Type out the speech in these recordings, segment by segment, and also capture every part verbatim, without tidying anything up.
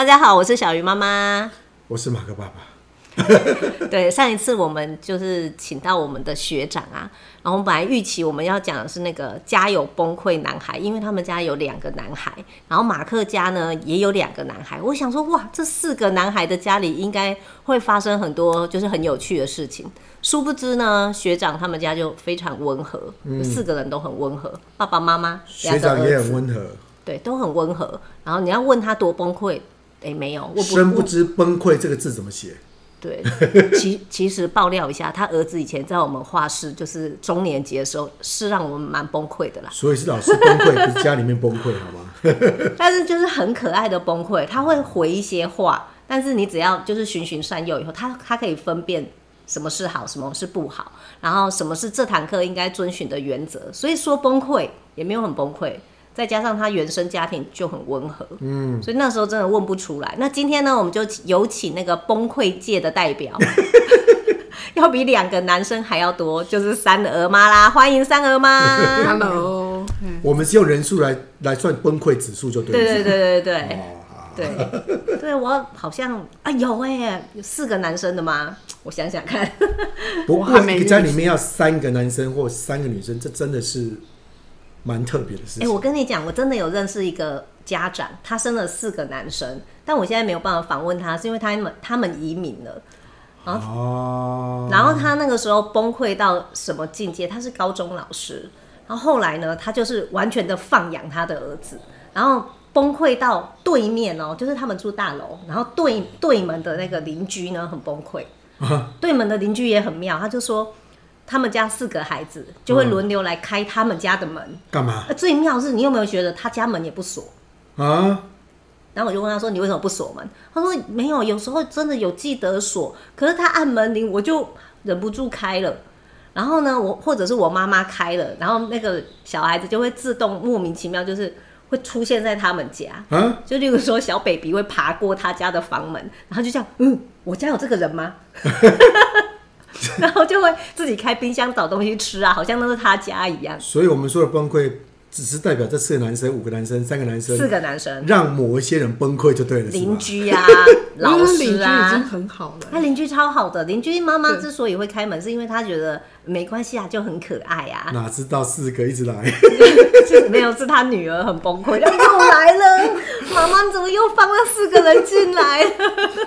家好，我是小鱼妈妈， 我是马克爸爸。 对，上一次我们就是请到我们的学长啊，然后我们本来预期我们要讲的是那个家有崩溃男孩，因为他们家有两个男孩，然后马克家呢也有两个男孩。我想说，哇，这四个男孩的家里应该会发生很多就是很有趣的事情。殊不知呢，学长他们家就非常温和，嗯、四个人都很温和，爸爸妈妈学长也很温和， 对，都很温和。然后你要问他多崩溃，哎，没有，我不深不知崩溃这个字怎么写。 对，其其实爆料一下，他儿子以前在我们画室，就是中年级的时候，是让我们蛮崩溃的啦。 所以是老师崩溃，不是家里面崩溃，好吗？ 但是就是很可爱的崩溃，他会回一些话，但是你只要就是循循善诱以后，他他可以分辨什么是好，什么是不好，然后什么是这堂课应该遵循的原则。所以说崩溃也没有很崩溃。再加上他原生家庭就很温和，嗯，所以那时候真的问不出来。那今天呢，我们就有请那个崩溃界的代表，要比两个男生还要多，就是三儿妈啦，欢迎三儿妈。 Hello， 我们是用人数来来算崩溃指数就对了。 对对对对对对对，对我好像啊有哎、欸，有四个男生的吗？我想想看。 不过一个家里面要三个男生或三个女生，这真的是蛮特别的事情。 哎、欸，我跟你讲，我真的有认识一个家长，他生了四个男生，但我现在没有办法访问他，是因为他们他们移民了。然后，哦、然后他那个时候崩溃到什么境界？他是高中老师，然后后来呢，他就是完全的放养他的儿子，然后崩溃到对面哦，就是他们住大楼，然后对对门的那个邻居呢很崩溃，啊、对门的邻居也很妙，他就说。他们家四个孩子就会轮流来开他们家的门， 干嘛？ 最妙是你有没有觉得他家门也不锁啊？然后我就问他说：“你为什么不锁门？”他说：“没有，有时候真的有记得锁，可是他按门铃，我就忍不住开了。然后呢，我或者是我妈妈开了，然后那个小孩子就会自动莫名其妙就是会出现在他们家。啊、就例如说小 baby 会爬过他家的房门，然后就这样，嗯，我家有这个人吗？”然后就会自己开冰箱找东西吃啊，好像那是他家一样。 所以我们说的崩溃，只是代表这四个男生、五个男生、三个男生、 四个男生， 让某一些人崩溃就对了。 邻居啊，老师啊， 已经很好了。 他邻居超好的，邻居妈妈之所以会开门，是因为他觉得没关系啊，就很可爱啊。 哪知道四个一直来， 没有，是他女儿很崩溃，又来了，妈妈怎么又放了四个人进来了？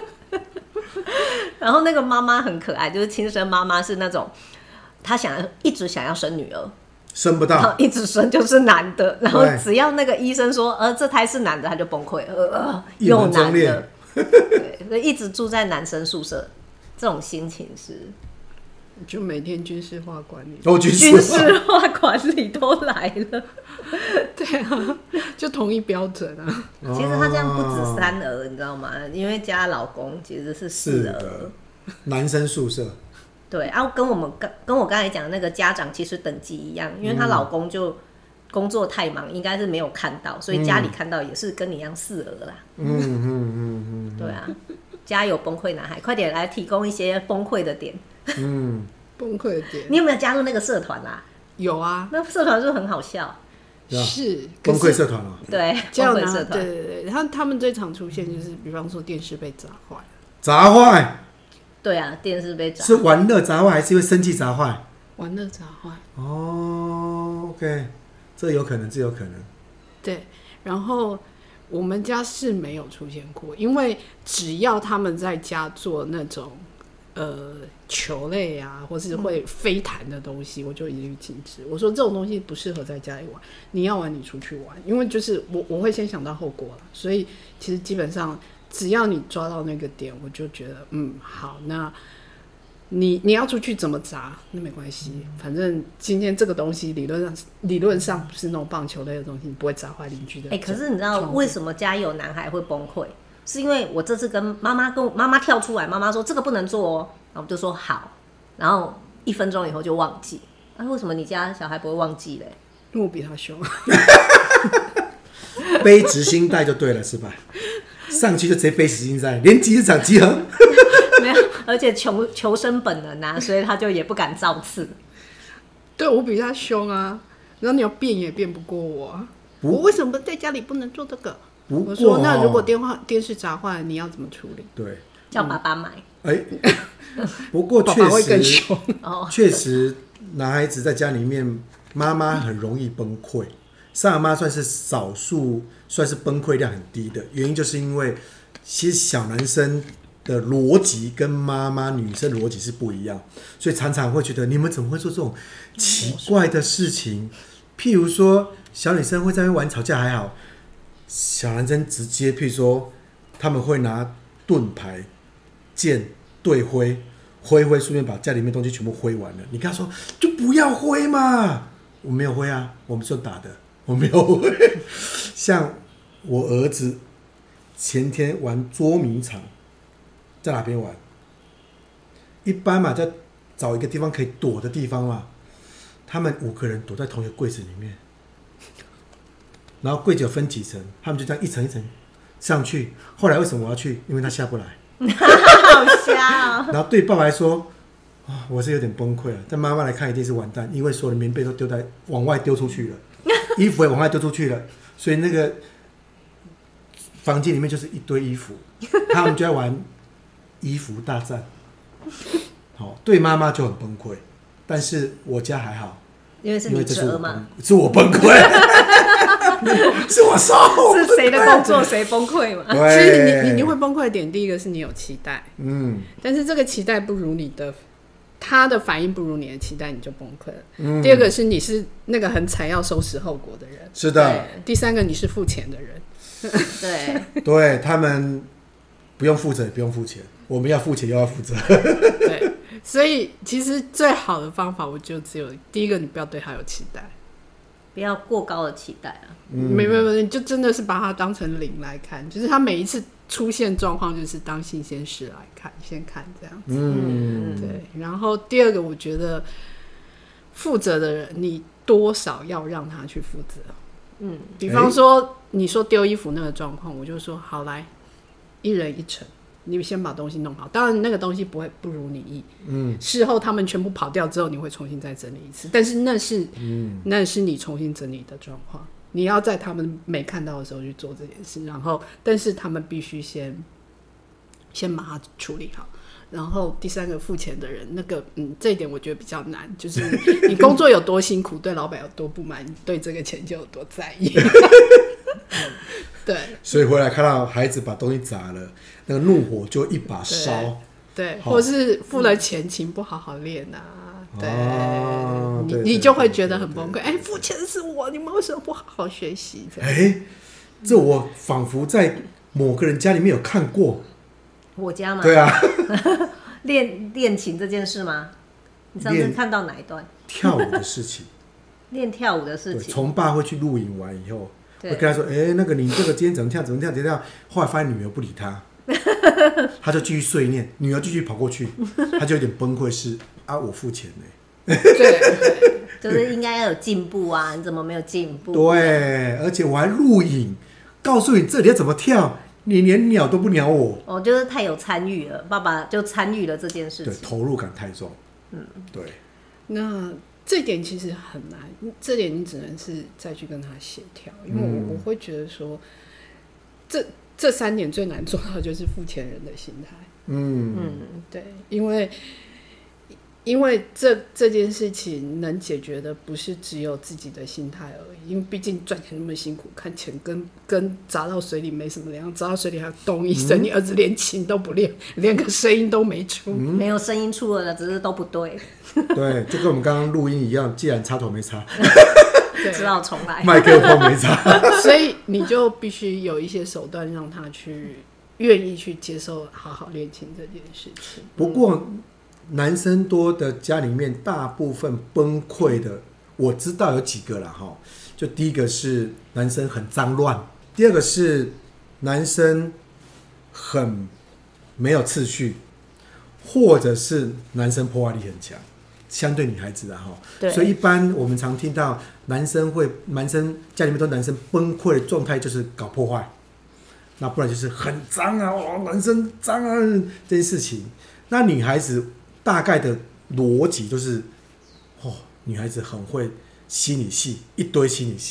然后那个妈妈很可爱，就是亲生妈妈是那种，她想要一直想要生女儿， 生不到， 然后一直生就是男的，然后只要那个医生说，呃，这胎是男的，他就崩溃，呃，又男的，对，所以一直住在男生宿舍，这种心情是， 就每天军事化管理， 哦，军军事化管理都来了， 对啊，就同一标准啊。 其实他这样不止三儿，你知道吗？因为加老公其实是四儿， 男生宿舍。 对啊，跟我们跟我刚才讲的那个家长其实等级一样，因为她老公就工作太忙，应该是没有看到，所以家里看到也是跟你一样四儿啦。嗯嗯嗯嗯，对啊，家有崩溃男孩，快点来提供一些崩溃的点。嗯， 崩溃的点， 你有没有加入那个社团啦？ 有啊， 那社团是不是很好笑？ 是崩溃社团哦。 对， 这样崩溃社团， 对对对，然后他们最常出现就是，比方说电视被砸坏， 砸坏。 对啊，电视被砸， 是玩乐砸坏还是因为生气砸坏？ 玩乐砸坏。 哦 ，OK， 这有可能，这有可能。 对，然后我们家是没有出现过，因为只要他们在家做那种呃球类啊，或是会飞弹的东西，我就一律禁止。我说这种东西不适合在家里玩，你要玩你出去玩，因为就是我我会先想到后果了，所以其实基本上。只要你抓到那个点，我就觉得嗯好，那你你要出去怎么砸那没关系，反正今天这个东西理论上理论上不是那种棒球类的东西，你不会砸坏邻居的。 哎、欸，可是你知道为什么家有男孩会崩溃？是因为我这次跟妈妈跟妈妈跳出来，妈妈说这个不能做哦，然后我就说好，然后一分钟以后就忘记。那、啊、为什么你家小孩不会忘记嘞？ 因为我比他凶。 背执行带就对了，是吧？上去就直接背执行带，连集市场集合。 没有，而且求求生本能啊，所以他就也不敢造次。 对，我比他凶啊，然后你要变也变不过我啊。我为什么在家里不能做这个？ 不过我说那如果电话电视砸坏了，你要怎么处理？ 对， 叫爸爸买。 哎、欸，不过确实，确实，男孩子在家里面，妈妈很容易崩溃。上阿妈算是少数，算是崩溃量很低的，原因就是因为其实小男生的逻辑跟妈妈女生逻辑是不一样，所以常常会觉得你们怎么会做这种奇怪的事情？譬如说，小女生会在那边玩吵架还好，小男生直接譬如说他们会拿盾牌、剑对挥，挥挥顺便把家里面东西全部挥完了。你跟他说就不要挥嘛，我没有挥啊，我们是用打的。我没有挥，像我儿子前天玩捉迷藏，在哪边玩？一般嘛，在找一个地方可以躲的地方嘛。他们五个人躲在同一个柜子里面，然后柜子有分几层，他们就这样一层一层上去。后来为什么我要去？因为他下不来， 好瞎哦。 然后对爸爸来说，哦，我是有点崩溃了。但妈妈来看一定是完蛋，因为所有的棉被都丢在往外丢出去了。衣服也往外丢出去了，所以那个房间里面就是一堆衣服，他们就在玩衣服大战。好，对妈妈就很崩溃，但是我家还好， 因为是你折嘛， 是我崩溃，是我烧， 是谁的工作谁崩溃嘛？ 其实你你你会崩溃的点，第一个是你有期待，嗯，但是这个期待不如你的。他的反应不如你的期待，你就崩溃了。嗯、第二个是你是那个很惨要收拾后果的人， 是的。 第三个你是付钱的人， 对， 对他们不用负责也不用付钱，我们要付钱又要负责。 对，所以其实最好的方法，我就只有第一个，你不要对他有期待， 不要过高的期待啊。 嗯、没没没，你就真的是把它当成零来看，就是他每一次出现状况，就是当新鲜事来看，先看这样子。嗯，对。然后第二个，我觉得负责的人，你多少要让他去负责。嗯，比方说，你说丢衣服那个状况，我就说好来，一人一程，你先把东西弄好。当然，那个东西不会不如你意。嗯，事后他们全部跑掉之后，你会重新再整理一次，但是那是，嗯，那是你重新整理的状况。你要在他们没看到的时候去做这件事，然后，但是他们必须先先把它处理好。然后第三个付钱的人，那个嗯，这一点我觉得比较难，就是你工作有多辛苦，对老板有多不满，你对这个钱就有多在意。对， 所以回来看到孩子把东西砸了，那个怒火就一把烧。 对，对，或是付了钱，请不好好练啊。对，哦、你你就会觉得很崩溃。哎，付钱是我，你们为什么不好好学习？ 哎，这我仿佛在某个人家里面有看过。 我家吗？ 对啊， 练练琴这件事吗？你上次看到哪一段？ 跳舞的事情。 练跳舞的事情。 从爸会去录影完以后，会跟他说：“哎，那个你这个今天怎么跳？怎么跳？怎么跳？”后来发现女儿不理他。他就继续碎念，女儿继续跑过去，他就有点崩溃，是啊，我付钱呢。 对，就是应该要有进步啊，你怎么没有进步？ 对，而且我还录影，告诉你这里要怎么跳，你连鸟都不鸟我。 哦，就是太有参与了，爸爸就参与了这件事情， 对，投入感太重。嗯，对。 那这点其实很难，这点你只能是再去跟他协调，因为我、嗯、我会觉得说，这。这三点最难做到的就是付钱人的心态。嗯嗯，对，因为因为这这件事情能解决的不是只有自己的心态而已，因为毕竟赚钱那么辛苦，看钱跟跟砸到水里没什么两样，砸到水里还咚一声、嗯，你儿子连琴都不练，连个声音都没出， 嗯、没有声音出了，只是都不对。 对，就跟我们刚刚录音一样，既然插头没插。 只好重来， 麦克风没插， 所以你就必须有一些手段让他去愿意去接受好好练琴这件事情。 不过男生多的家里面，大部分崩溃的，我知道有几个啦哈。就第一个是男生很脏乱，第二个是男生很没有秩序，或者是男生破坏力很强。相对女孩子的哈，所以一般我们常听到男生会，男生家里面都男生崩溃的状态就是搞破坏，那不然就是很脏啊，哦，男生脏啊这件事情。那女孩子大概的逻辑就是，哦，女孩子很会心理戏，一堆心理戏，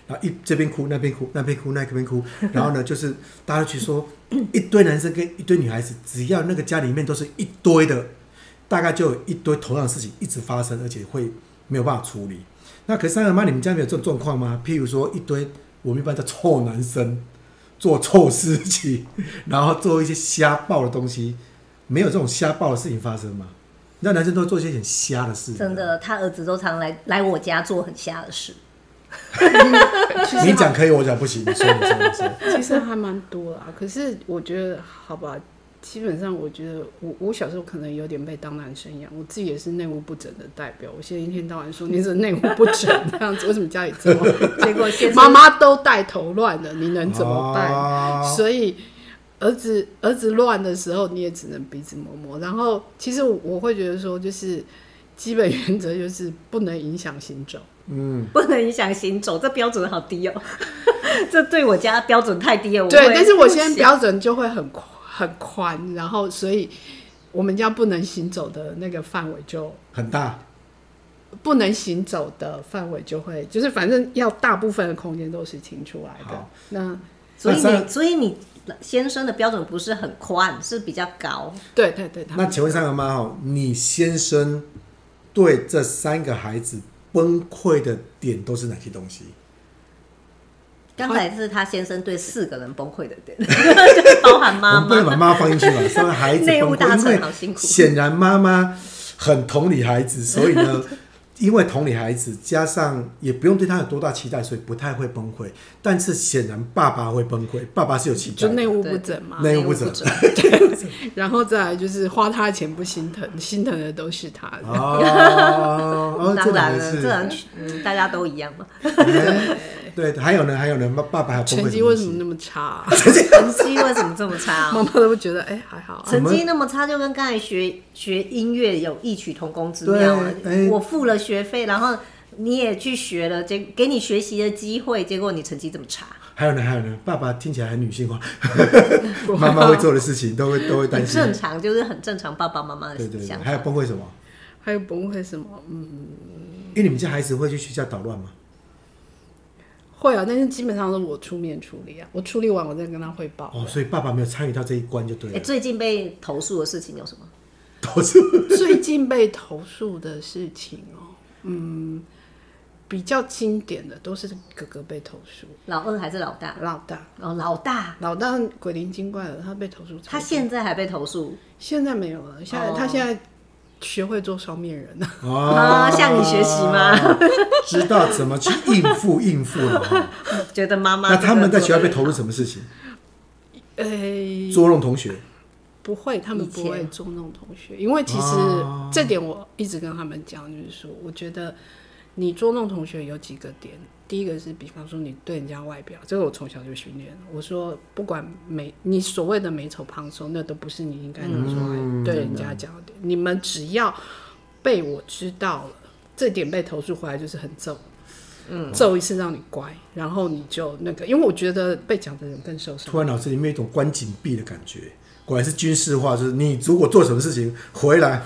然后一这边哭那边哭那边哭那边哭，然后呢就是大家去说一堆男生跟一堆女孩子，只要那个家里面都是一堆的，大概就有一堆同样的事情一直发生，而且会没有办法处理。那可是三个妈，你们家没有这种状况吗？譬如说一堆我们一般叫臭男生做臭事情，然后做一些瞎爆的东西，没有这种瞎爆的事情发生吗？你知道男生都会做一些很瞎的事， 真的，他儿子都常来来我家做很瞎的事。 你讲可以，我讲不行。你说，你说，你说。 其实还蛮多啦，可是我觉得，好吧，基本上我觉得我我小时候可能有点被当男生养，我自己也是内务不整的代表。我现在一天到晚说你是内务不整这样子，为什么家里这么？结果妈妈都带头乱了，你能怎么办？哦、所以儿子儿子乱的时候，你也只能鼻子摸摸。然后其实我会觉得说，就是基本原则就是不能影响行走。 嗯，不能影响行走，这标准好低哦。这对我家标准太低了。 对，但是我现在标准就会很很宽，然后所以我们家不能行走的那个范围就很大， 不能行走的范围就会就是反正要大部分的空间都是清出来的。那所以你所以你先生的标准不是很宽，是比较高。 对对对。 那请问三个妈哈，你先生对这三个孩子崩溃的点都是哪些东西？ 刚才是他先生对四个人崩溃的点，就是包含妈妈。 我们不能把妈妈放进去嘛，所以孩子崩溃。 内务大臣好辛苦。 显然妈妈很同理孩子，所以呢，因为同理孩子，加上也不用对他有多大期待，所以不太会崩溃。但是显然爸爸会崩溃，爸爸是有期待的， 就内务不整嘛， 内务不整。 然后再来就是花他的钱不心疼，心疼的都是他的。 哦，哦当然了，这人、嗯、大家都一样嘛。 对，还有呢，还有呢，爸爸还有成绩为什么那么差、啊？ 成绩为什么这么差、啊？ 妈妈都觉得哎、欸、还好、啊。 成绩那么差，就跟刚才学学音乐有异曲同工之妙啊！欸、我付了学费，然后你也去学了，结给你学习的机会，结果你成绩这么差。 还有呢，还有呢，爸爸听起来很女性化，妈妈会做的事情都会都会担心。 正常就是很正常，爸爸妈妈的想法。 对对对，还有崩溃什么？ 还有崩溃什么？嗯， 因为你们家孩子会去学校捣乱吗？ 会啊，但是基本上是我出面处理啊，我处理完我再跟他汇报。 哦，所以爸爸没有参与到这一关就对了。 欸、最近被投诉的事情有什么？ 投诉？ 最近被投诉的事情哦，嗯，比较经典的都是哥哥被投诉。 老二还是老大？ 老大。 哦，老大。 老大鬼灵精怪的，他被投诉。 他现在还被投诉？ 现在没有了，现在、哦、他现在。学会做双面人了、 哦，向你学习吗？ 知道怎么去应付应付了。 觉得妈妈那他们在学校被投入什么事情？ 欸、 捉弄同学？ 不会，他们不会捉弄同学，因为其实这点我一直跟他们讲，就是说，我觉得你捉弄同学有几个点。第一个是，比方说你对人家外表，这个我从小就训练了。我说，不管美，你所谓的美丑胖瘦，那都不是你应该拿出来对人家讲的点。嗯、你们只要被我知道了，这点被投诉回来就是很揍，嗯，揍一次让你乖，然后你就那个，因为我觉得被讲的人更受伤。 突然脑子里面有一种关紧闭的感觉。果然是军事化，就是你如果做什么事情回来，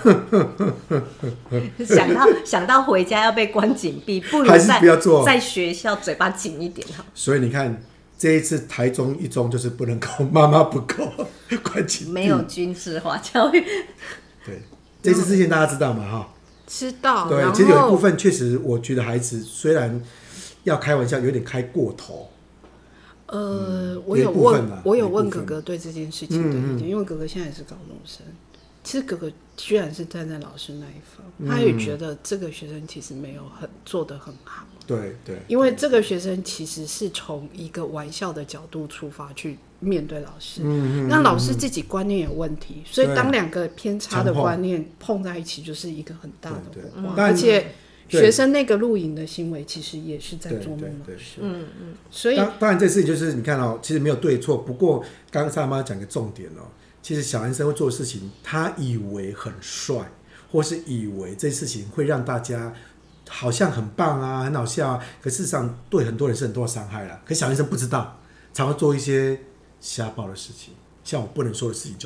想到想到回家要被关紧闭，不如还是不要做， 在学校嘴巴紧一点好。 所以你看，这一次台中一中就是不能够，妈妈不够关紧闭， 没有军事化教育。 对，这次事情大家知道吗？哈， 知道。 对，其实有一部分确实，我觉得孩子虽然要开玩笑，有点开过头。 呃，我有问，我有问哥哥对这件事情的意见，嗯嗯，因为哥哥现在也是高中生。其实哥哥居然是站在老师那一方，嗯，他也觉得这个学生其实没有很做得很好。 对对， 因为这个学生其实是从一个玩笑的角度出发去面对老师，嗯，那老师自己观念有问题，所以当两个偏差的观念碰在一起，就是一个很大的火花，而且。学生那个录影的行为，其实也是在捉弄老师。嗯嗯，所以 当, 当然这事情就是你看哦，其实没有对错。不过刚刚萨妈讲个重点哦，其实小男生会做的事情，他以为很帅，或是以为这事情会让大家好像很棒啊，很好笑啊。可事实上对很多人是很多的伤害啦。可小男生不知道，才会做一些瞎爆的事情。像我不能说的事情就这样，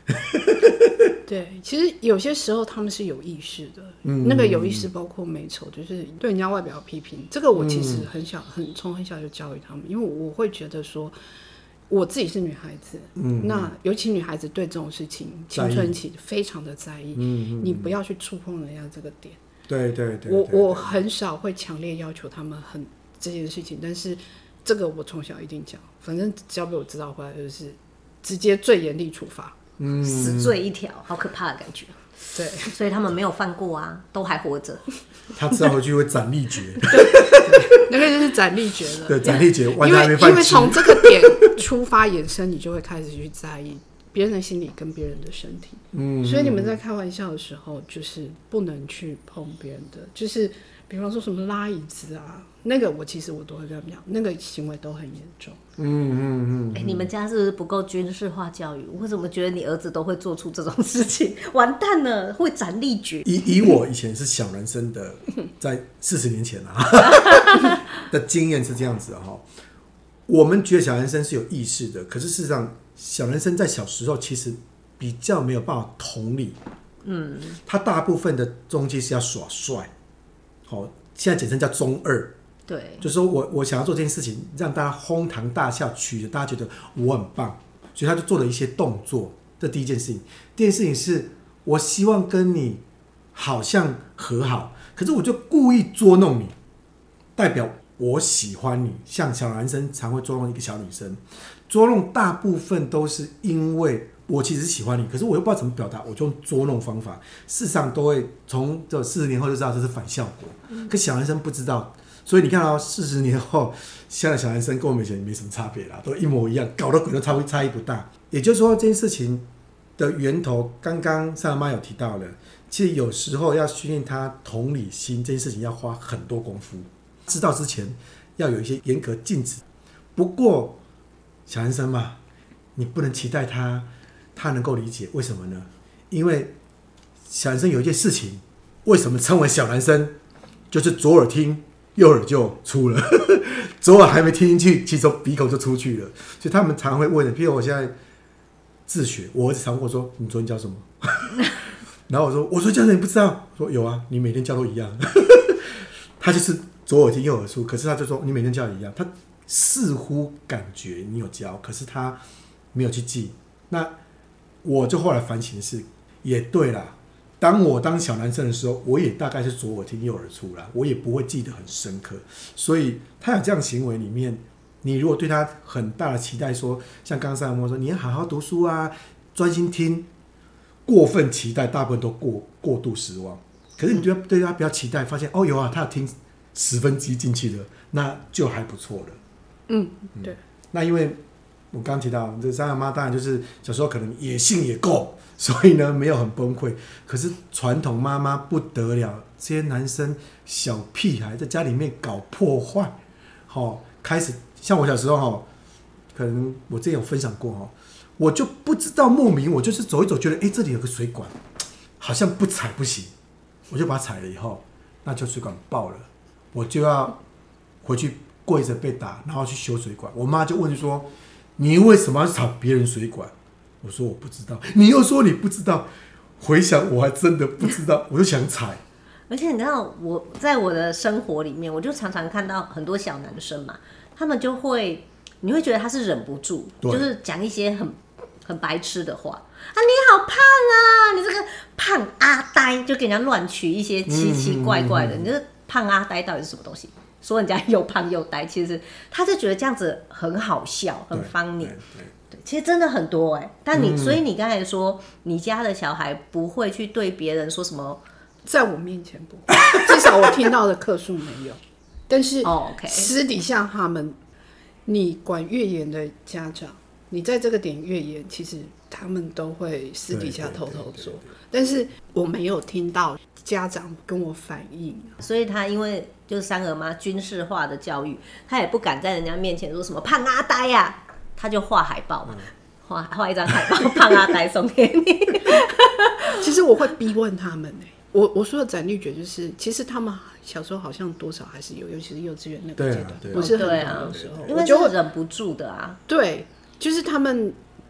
对，其实有些时候他们是有意识的，嗯、那个有意识包括美丑，就是对人家外表批评，这个我其实很小很从很小就教育他们，因为我会觉得说。我自己是女孩子，嗯、那尤其女孩子对这种事情青春期非常的在意，嗯、你不要去触碰人家这个点。 对对 对, 对， 我我很少会强烈要求他们很这件事情，但是这个我从小一定讲，反正只要被我知道回来就是直接最严厉处罚， 嗯，死罪一条，好可怕的感觉。 对， 所以他们没有犯过啊，都还活着。 他吃回去会斩立决， 那个就是斩立决了。 对，斩立决， 因为因为从这个点出发衍生，你就会开始去在意别人的心理跟别人的身体。嗯，所以你们在开玩笑的时候，就是不能去碰别人的，就是比方说什么拉椅子啊，那个我其实我都会跟他们讲，那个行为都很严重。 嗯嗯嗯。 哎、欸，你们家是不是不够军事化教育？我怎么觉得你儿子都会做出这种事情？完蛋了，会斩立决。 以以我以前是小男生的，在四十年前啊的经验是这样子哈。我们觉得小男生是有意识的，可是事实上，小男生在小时候其实比较没有办法同理。嗯，他大部分的动机是要耍帅，好，现在简称叫中二。 对， 就是说我我想要做这件事情，让大家哄堂大笑，取得大家觉得我很棒，所以他就做了一些动作。这第一件事情。第二件事情是我希望跟你好像和好，可是我就故意捉弄你，代表我喜欢你。像小男生常会捉弄一个小女生，捉弄大部分都是因为我其实喜欢你，可是我又不知道怎么表达，我就用捉弄方法。事实上都会从这四十年后就知道这是反效果，可小男生不知道。所以你看到四十年后，现在的小男生跟我们以前没什么差别啦，都一模一样，搞得鬼都差差异不大。也就是说，这件事情的源头，刚刚上妈有提到了，其实有时候要训练他同理心，这件事情要花很多功夫。知道之前要有一些严格禁止。不过小男生嘛，你不能期待他他能够理解，为什么呢？因为小男生有一件事情，为什么称为小男生，就是左耳听。右耳就出了，左耳还没听进去，其实鼻孔就出去了。所以他们常会问，譬如我现在自学，我儿子常问我说：“你昨天教什么？”然后我说：“我昨天教什么你不知道？”我说：“有啊，你每天教都一样。”他就是左耳听右耳出，可是他就说：“你每天教一样。”他似乎感觉你有教，可是他没有去记。那我就后来反省的是，也对啦。当我当小男生的时候，我也大概是左耳听右耳出啦，我也不会记得很深刻。所以他有这样的行为里面，你如果对他很大的期待说，像刚刚三毛说你要好好读书啊，专心听，过分期待大部分都 过, 过度失望。可是你对他对他不要期待，发现哦有啊，他有听十分之一进去了，那就还不错了。 嗯，对。 那因为我刚刚提到这三个妈，当然就是小时候可能野性也够。所以呢，没有很崩溃。可是传统妈妈不得了，这些男生小屁孩在家里面搞破坏，哦，开始像我小时候哈，可能我之前有分享过哈，我就不知道莫名，我就是走一走，觉得哎这里有个水管，好像不踩不行，我就把它踩了以后，那就水管爆了，我就要回去跪着被打，然后去修水管。我妈就问说：“你为什么要踩别人水管？”我说我不知道，你又说你不知道，回想我还真的不知道，我就想踩。 而且你知道我在我的生活里面，我就常常看到很多小男生嘛，他们就会，你会觉得他是忍不住，就是讲一些很很白痴的话啊，你好胖啊，你这个胖阿呆，就给人家乱取一些奇奇怪怪的，嗯嗯嗯嗯，你这胖阿呆到底是什么东西？说人家又胖又呆，其实他就觉得这样子很好笑，很funny。其实真的很多哎、欸，但你、嗯、所以你刚才说你家的小孩不会去对别人说什么， 在我面前不会，至少我听到的客数没有。但是私底下他们，你管越严的家长，你在这个点越严，其实他们都会私底下偷偷做。但是我没有听到家长跟我反映， 所以他因为就是三儿妈军事化的教育，他也不敢在人家面前说什么胖阿呆呀、啊。他就画海报嘛，画画一张海报，胖阿呆送给你。 其实我会逼问他们、欸、我我说的斩立决就是，其实他们小时候好像多少还是有，尤其是幼稚园那个阶段，不是很小的时候， 因为就是忍不住的啊。 对，就是他们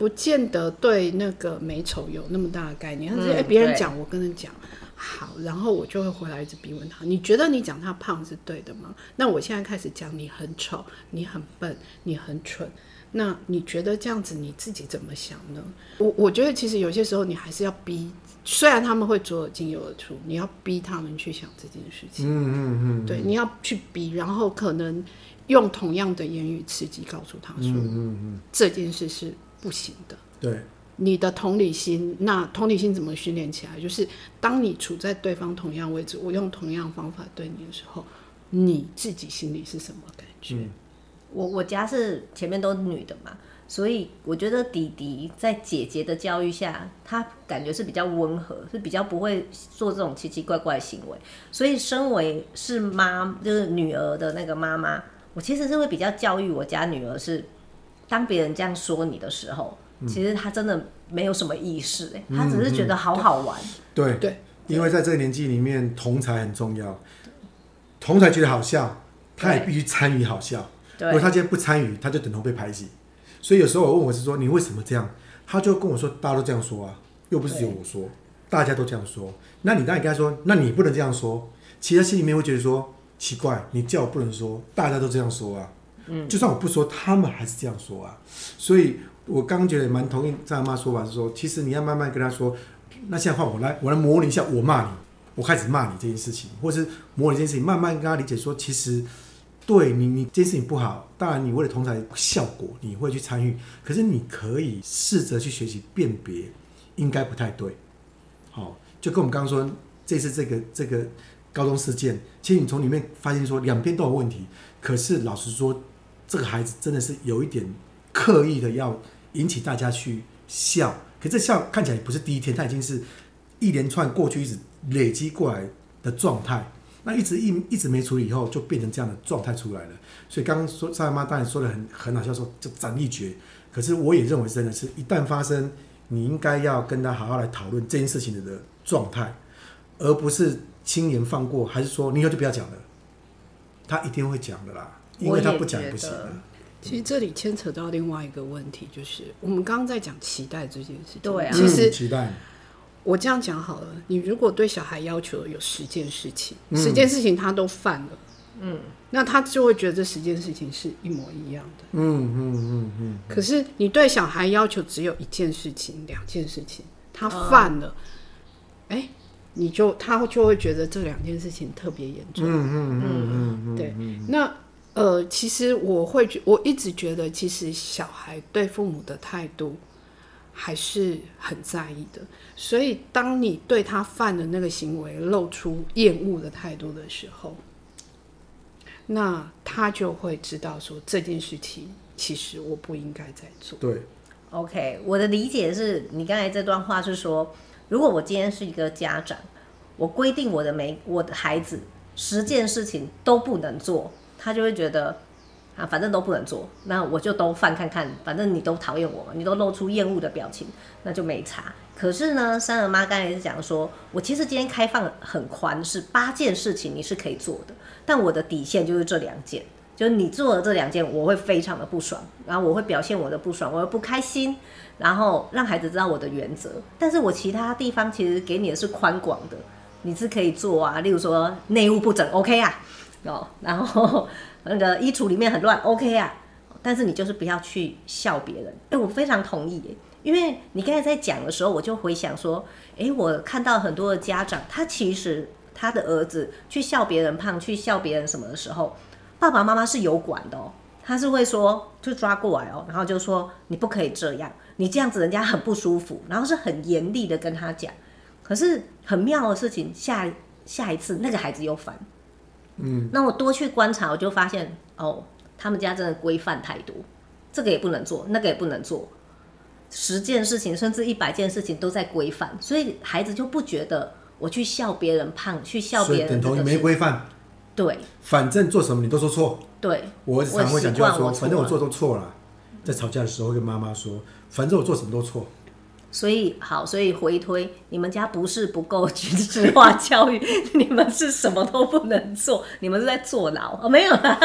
不见得对那个美丑有那么大的概念，但是哎，别、嗯、人讲我跟他讲好，然后我就会回来一直逼问他，你觉得你讲他胖是对的吗？那我现在开始讲你很丑，你很笨，你很蠢，那你觉得这样子你自己怎么想呢？我我觉得其实有些时候你还是要逼，虽然他们会左耳进右耳出，你要逼他们去想这件事情。嗯嗯嗯，对，你要去逼，然后可能用同样的言语刺激告诉他说，嗯嗯嗯，这件事是不行的。 对， 你的同理心，那同理心怎么训练起来？就是当你处在对方同样位置，我用同样方法对你的时候，你自己心里是什么感觉？嗯、 我我家是前面都是女的嘛，所以我觉得弟弟在姐姐的教育下，他感觉是比较温和，是比较不会做这种奇奇怪怪的行为。所以身为是妈，就是女儿的那个妈妈，我其实是会比较教育我家女儿是，当别人这样说你的时候。其实他真的没有什么意识、欸，他只是觉得好好玩。 嗯嗯、对对，因为在这个年纪里面，同才很重要。同才觉得好笑，他也必须参与好笑。如果他今天不参与，他就等同被排挤。所以有时候我问我是说，你为什么这样？他就跟我说，大家都这样说啊，又不是只有我说，大家都这样说。那你当然跟他说，那你不能这样说。其实他心里面会觉得说，奇怪，你叫我不能说，大家都这样说啊。嗯，就算我不说，他们还是这样说啊。所以。我刚刚觉得蛮同意张阿妈说法，是说，其实你要慢慢跟他说，那现在换我来，我来模拟一下，我骂你，我开始骂你这件事情，或是模拟这件事情，慢慢跟他理解说，其实对你，你这件事情不好，当然你为了同台效果，你会去参与，可是你可以试着去学习辨别，应该不太对。好，就跟我们刚刚说，这次这个这个高中事件，其实你从里面发现说两边都有问题，可是老实说，这个孩子真的是有一点刻意的要引起大家去笑，可这笑看起来不是第一天，它已经是一连串过去一直累积过来的状态。那一直一一直没处理以后，就变成这样的状态出来了。所以刚刚说张妈当然说的很很好笑，说就斩立决。可是我也认为真的是，一旦发生，你应该要跟他好好来讨论这件事情的状态，而不是轻言放过，还是说你以后就不要讲了。他一定会讲的啦，因为他不讲不行了。 其实这里牵扯到另外一个问题，就是我们刚刚在讲期待这件事情。 对啊， 其实、 嗯、期待。 我这样讲好了，你如果对小孩要求有十件事情，嗯、十件事情他都犯了，嗯，那他就会觉得这十件事情是一模一样的。嗯嗯嗯嗯。可是你对小孩要求只有一件事情、两件事情，他犯了，哎、哦，你就他就会觉得这两件事情特别严重。嗯嗯嗯嗯，对，那。呃，其实我会觉，我一直觉得，其实小孩对父母的态度还是很在意的。所以，当你对他犯的那个行为露出厌恶的态度的时候，那他就会知道说这件事情其实我不应该再做。 对 ，OK， 我的理解是你刚才这段话是说，如果我今天是一个家长，我规定我的每我的孩子十件事情都不能做。他就会觉得啊，反正都不能做，那我就都犯看看，反正你都讨厌我嘛，你都露出厌恶的表情，那就没差。可是呢，三儿妈刚才是讲说，我其实今天开放很宽，是八件事情你是可以做的，但我的底线就是这两件，就是你做了这两件，我会非常的不爽，然后我会表现我的不爽，我会不开心，然后让孩子知道我的原则。但是我其他地方其实给你的是宽广的，你是可以做啊，例如说内务不整 ，OK 啊。哦，然后那个衣橱里面很乱 ，OK 啊，但是你就是不要去笑别人。哎，我非常同意耶，因为你刚才在讲的时候，我就回想说，哎，我看到很多的家长，他其实他的儿子去笑别人胖，去笑别人什么的时候，爸爸妈妈是有管的哦，他是会说就抓过来哦，然后就说你不可以这样，你这样子人家很不舒服，然后是很严厉的跟他讲。可是很妙的事情，下下一次那个孩子又烦。嗯，那我多去观察，我就发现哦，他们家真的规范太多，这个也不能做，那个也不能做，十件事情甚至一百件事情都在规范，所以孩子就不觉得我去笑别人胖，去笑别人， 所以等同于没规范。 对， 反正做什么你都说错。 对， 我常会讲就是说，反正我做都错了。在吵架的时候会跟妈妈说，反正我做什么都错。 所以好，所以回推，你们家不是不够军事化教育，你们是什么都不能做，你们是在坐牢哦，没有啦。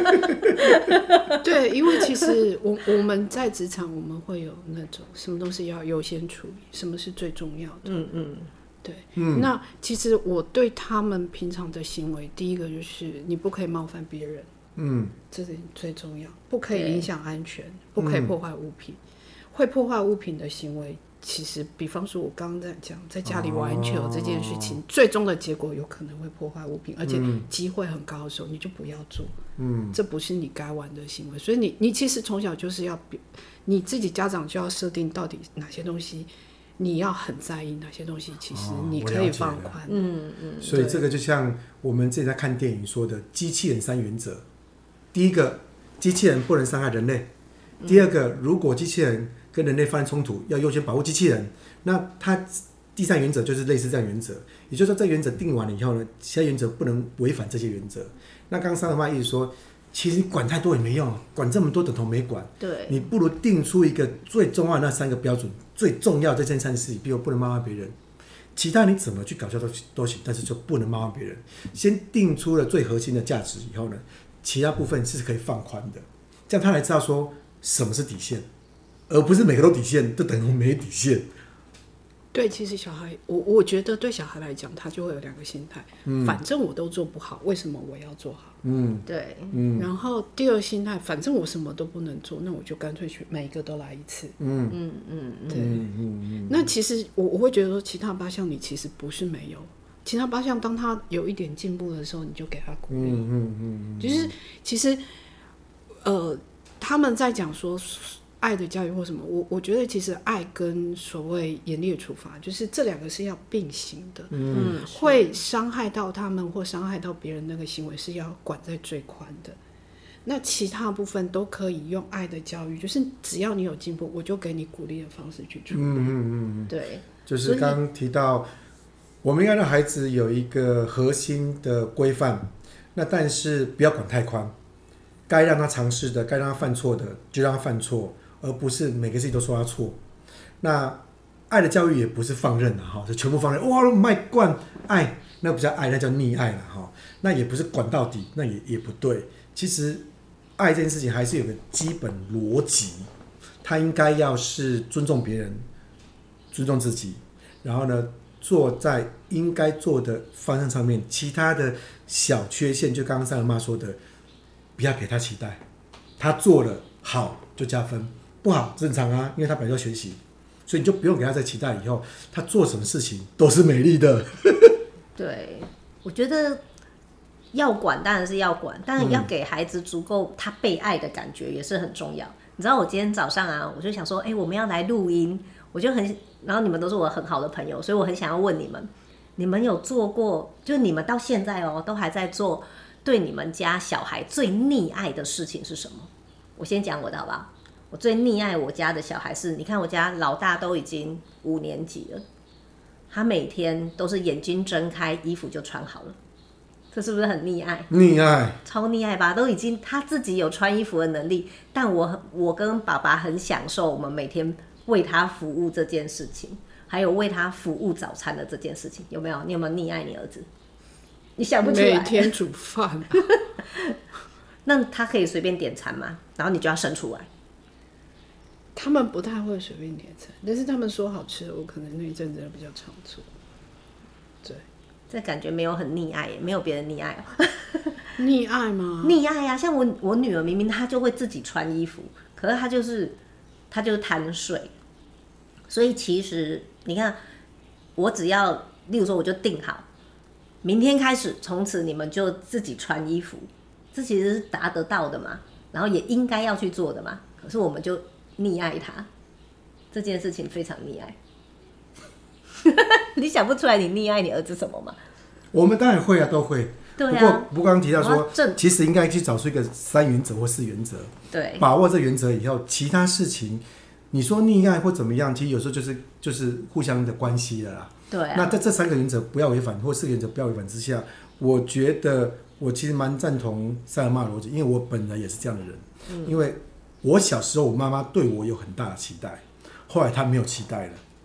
对，因为其实我我们在职场，我们会有那种什么东西要优先处理，什么是最重要的。 嗯嗯， 对。嗯、那其实我对他们平常的行为，第一个就是你不可以冒犯别人，嗯，这是最重要，不可以影响安全，不可以破坏物品，会破坏物品的行为。其实，比方说，我刚刚在讲，在家里玩球这件事情，哦、最终的结果有可能会破坏物品，而且机会很高的时候，你就不要做。嗯，这不是你该玩的行为。所以你，你其实从小就是要，你自己家长就要设定到底哪些东西你要很在意，哪些东西其实你可以放宽。 嗯嗯。 所以这个就像我们之前在看电影说的机器人三原则：第一个，机器人不能伤害人类；第二个，如果机器人跟人类发生冲突，要优先保护机器人。那它第三原则就是类似这样原则，也就是说，这原则定完了以后呢，其他原则不能违反这些原则。那刚刚沙德妈一直说，其实你管太多也没用，管这么多等同没管。 对， 你不如定出一个最重要的那三个标准，最重要这件三事，比如不能冒犯别人，其他你怎么去搞笑都都行，但是就不能冒犯别人。先定出了最核心的价值以后呢，其他部分是可以放宽的，这样他才知道说什么是底线。而不是每个都底线，就等于没底线。 对，其实小孩，我我觉得对小孩来讲，他就会有两个心态，嗯、反正我都做不好，为什么我要做好？ 嗯，对， 嗯。然后第二心态，反正我什么都不能做，那我就干脆去每一个都来一次。嗯嗯嗯，对，嗯嗯嗯。那其实我我会觉得说，其他八项你其实不是没有，其他八项当他有一点进步的时候，你就给他鼓励。嗯嗯嗯。就是其实，呃，他们在讲说。爱的教育或什么，我我觉得其实爱跟所谓严厉的处罚，就是这两个是要并行的。嗯，会伤害到他们或伤害到别人那个行为是要管在最宽的。那其他部分都可以用爱的教育，就是只要你有进步，我就给你鼓励的方式去处理。嗯嗯嗯， 对， 就是刚刚提到，我们应该让孩子有一个核心的规范，那但是不要管太宽，该让他尝试的，该让他犯错的，就让他犯错。而不是每个事情都说他错。那爱的教育也不是放任的哈，就全部放任，哇，卖惯爱，那不叫爱，那叫溺爱了哈。那也不是管到底，那也也不对。其实爱这件事情还是有个基本逻辑，他应该要是尊重别人，尊重自己，然后呢，做在应该做的方向上面，其他的小缺陷，就刚刚三个妈说的，不要给他期待，他做了好就加分。不好正常啊，因为他本来就要学习，所以你就不用给他再期待以后他做什么事情都是美丽的。 对，我觉得要管当然是要管，但要给孩子足够他被爱的感觉也是很重要。你知道我今天早上啊，我就想说，哎、欸，我们要来录音，我就很，然后你们都是我很好的朋友，所以我很想要问你们，你们有做过，就你们到现在哦，都还在做对你们家小孩最溺爱的事情是什么？我先讲我的好不好？我最溺爱我家的小孩是，你看我家老大都已经五年级了，他每天都是眼睛睁开，衣服就穿好了，这是不是很溺爱？ 溺爱， 超溺爱吧！都已经他自己有穿衣服的能力，但我我跟爸爸很享受我们每天为他服务这件事情，还有为他服务早餐的这件事情，有没有？你有没有溺爱你儿子？你想不出来？ 每天煮饭， 那他可以随便点餐吗？然后你就要生出来。 他们不太会随便点餐，但是他们说好吃的，我可能那一阵子比较常做。对， 这感觉没有很溺爱耶，没有别人溺爱哦。 溺爱吗？ 溺爱啊！像我我女儿明明她就会自己穿衣服，可是她就是她就是贪睡，所以其实你看，我只要例如说我就定好，明天开始从此你们就自己穿衣服，这其实是达得到的嘛，然后也应该要去做的嘛，可是我们就溺爱他，这件事情非常溺爱。你想不出来你溺爱你儿子什么吗？ 我们当然会啊，都会。 对啊。 不过，不过刚刚提到说，其实应该去找出一个三原则或四原则。 对。 把握这原则以后，其他事情，你说溺爱或怎么样，其实有时候就是就是互相的关系了啦。 对啊。 那在这三个原则不要违反，或四个原则不要违反之下，我觉得我其实蛮赞同塞尔玛逻辑，因为我本人也是这样的人。嗯。因为我小时候，我妈妈对我有很大的期待，后来她没有期待了，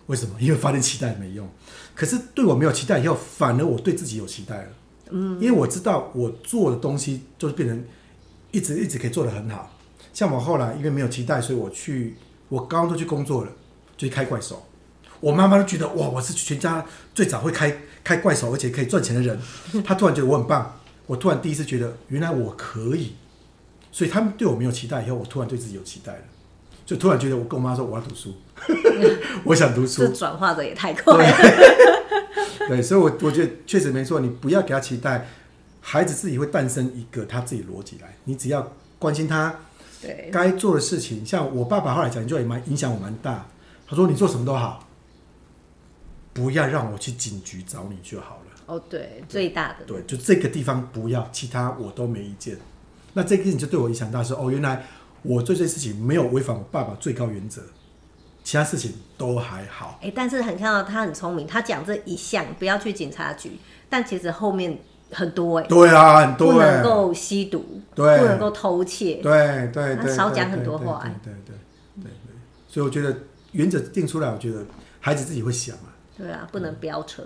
为什么？因为发现期待没用。可是对我没有期待以后，反而我对自己有期待了。嗯，因为我知道我做的东西就是变成一直一直可以做得很好。像我后来因为没有期待，所以我去我高中就去工作了，就去开怪手。我妈妈都觉得哇，我是全家最早会开开怪手而且可以赚钱的人。她突然觉得我很棒，我突然第一次觉得原来我可以。所以他们对我没有期待以后，我突然对自己有期待了，就突然觉得我跟我妈说我要读书，我想读书。 这转化的也太快了。 对，对，所以我我觉得确实没错，你不要给他期待，孩子自己会诞生一个他自己逻辑来，你只要关心他该做的事情。像我爸爸后来讲，就也蛮影响我蛮大。他说你做什么都好，不要让我去警局找你就好了。 哦，对，最大的。 对，就这个地方不要，其他我都没意见。那这个事情就对我影响大，是哦，原来我做这件事情没有违反我爸爸最高原则，其他事情都还好。 哎、欸，但是很看到他很聪明，他讲这一项不要去警察局，但其实后面很多哎、欸。 对啊，很多、欸、 不能够吸毒，对，不能够偷窃， 对对对， 他少讲很多话、欸。 对对对对对，所以我觉得原则定出来，我觉得孩子自己会想啊。 对啊，不能飙车。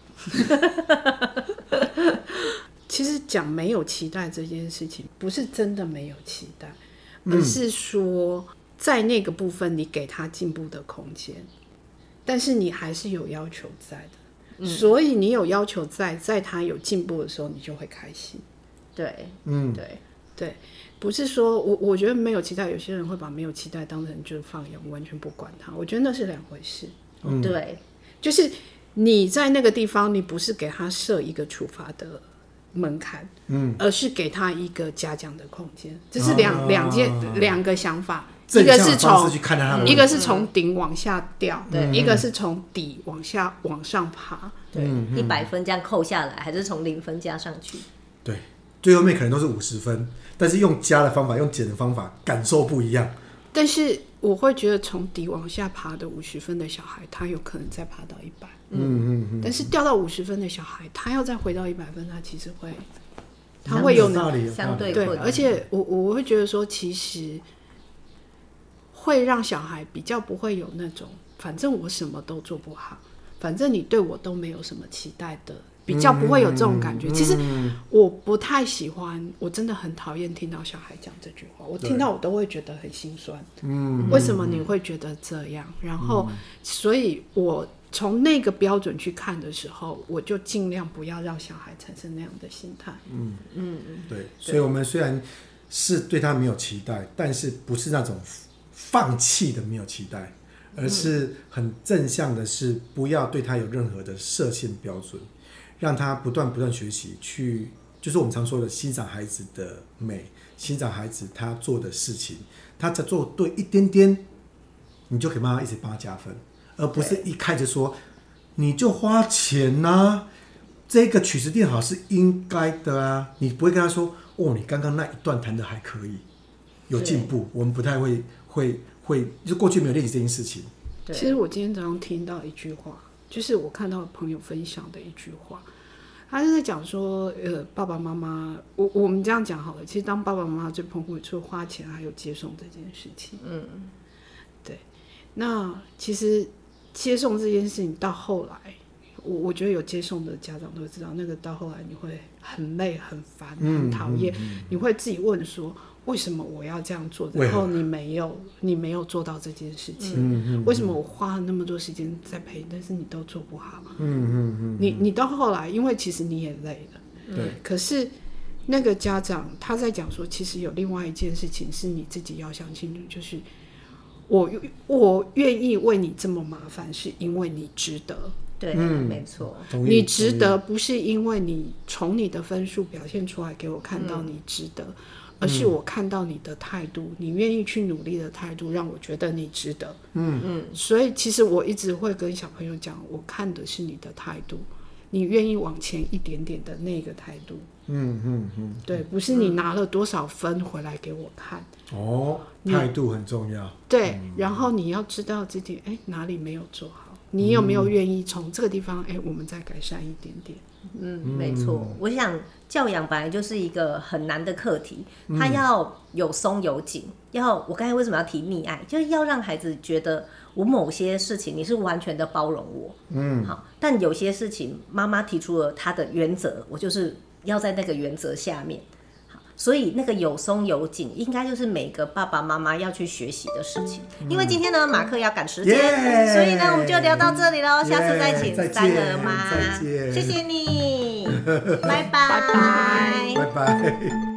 其实讲没有期待这件事情，不是真的没有期待，而是说在那个部分你给他进步的空间，但是你还是有要求在的、嗯、所以你有要求在，在他有进步的时候，你就会开心。 对， 嗯，对对，不是说我我觉得没有期待，有些人会把没有期待当成就是放养，完全不管他，我觉得那是两回事。 嗯，对， 就是你在那个地方，你不是给他设一个处罚的门槛，嗯，而是给他一个嘉奖的空间，这是两两、啊、件两个想法，一个是从一个是从顶往下掉，对、嗯，一个是从底往下往上爬， 对，一百分这样扣下来，还是从零分加上去？ 对，最后面可能都是五十分，但是用加的方法，用减的方法，感受不一样。 但是我会觉得从底往下爬的五十分的小孩，他有可能再爬到一百。嗯嗯嗯。但是掉到五十分的小孩，他要再回到一百分，他其实会，他会有相对对，而且我我会觉得说，其实会让小孩比较不会有那种，反正我什么都做不好，反正你对我都没有什么期待的。比较不会有这种感觉、嗯、其实我不太喜欢，我真的很讨厌听到小孩讲这句话，我听到我都会觉得很心酸。嗯，为什么你会觉得这样？然后、嗯、所以我从那个标准去看的时候，我就尽量不要让小孩产生那样的心态。嗯嗯，对，所以我们虽然是对他没有期待，但是不是那种放弃的没有期待，而是很正向的是不要对他有任何的设限标准，让他不断不断学习，去就是我们常说的欣赏孩子的美，欣赏孩子他做的事情，他只做对一点点，你就可以慢慢一直帮他加分，而不是一开始说你就花钱啊，这个曲子练好是应该的啊，你不会跟他说哦，你刚刚那一段弹的还可以，有进步，我们不太会会会，就过去没有练习这件事情。 其实我今天早上听到一句话。就是我看到朋友分享的一句话，他是在讲说，呃，爸爸妈妈，我我们这样讲好了。其实当爸爸妈妈最痛苦，除了花钱，还有接送这件事情。嗯，对。那其实接送这件事情到后来，我我觉得有接送的家长都知道，那个到后来你会很累、很烦、很讨厌、嗯嗯嗯，你会自己问说。为什么我要这样做？然后你没有，你没有做到这件事情。嗯嗯、为什么我花了那么多时间在陪，但是你都做不好？嗯嗯嗯、你你到后来，因为其实你也累了。对。可是那个家长他在讲说，其实有另外一件事情是你自己要想清楚，就是我我愿意为你这么麻烦，是因为你值得。 对，嗯、没错。 你值得，不是因为你从你的分数表现出来给我看到你值得。嗯，而是我看到你的态度，你愿意去努力的态度，让我觉得你值得。嗯嗯，所以其实我一直会跟小朋友讲，我看的是你的态度，你愿意往前一点点的那个态度。嗯嗯嗯，对，不是你拿了多少分回来给我看。哦， 态度很重要。 对，嗯、然后你要知道自己，哎，哪里没有做好。 你有没有愿意从这个地方，哎、欸，我们再改善一点点？ 嗯，没错。我想教养本来就是一个很难的课题，它要有松有紧。要我刚才为什么要提溺爱，就是要让孩子觉得我某些事情你是完全的包容我，嗯，好。但有些事情妈妈提出了她的原则，我就是要在那个原则下面。所以那个有松有紧，应该就是每个爸爸妈妈要去学习的事情。嗯、因为今天呢，马克要赶时间， yeah, 所以呢，我们就聊到这里喽。下次再请三儿妈，谢谢你，拜拜， 拜拜，拜拜。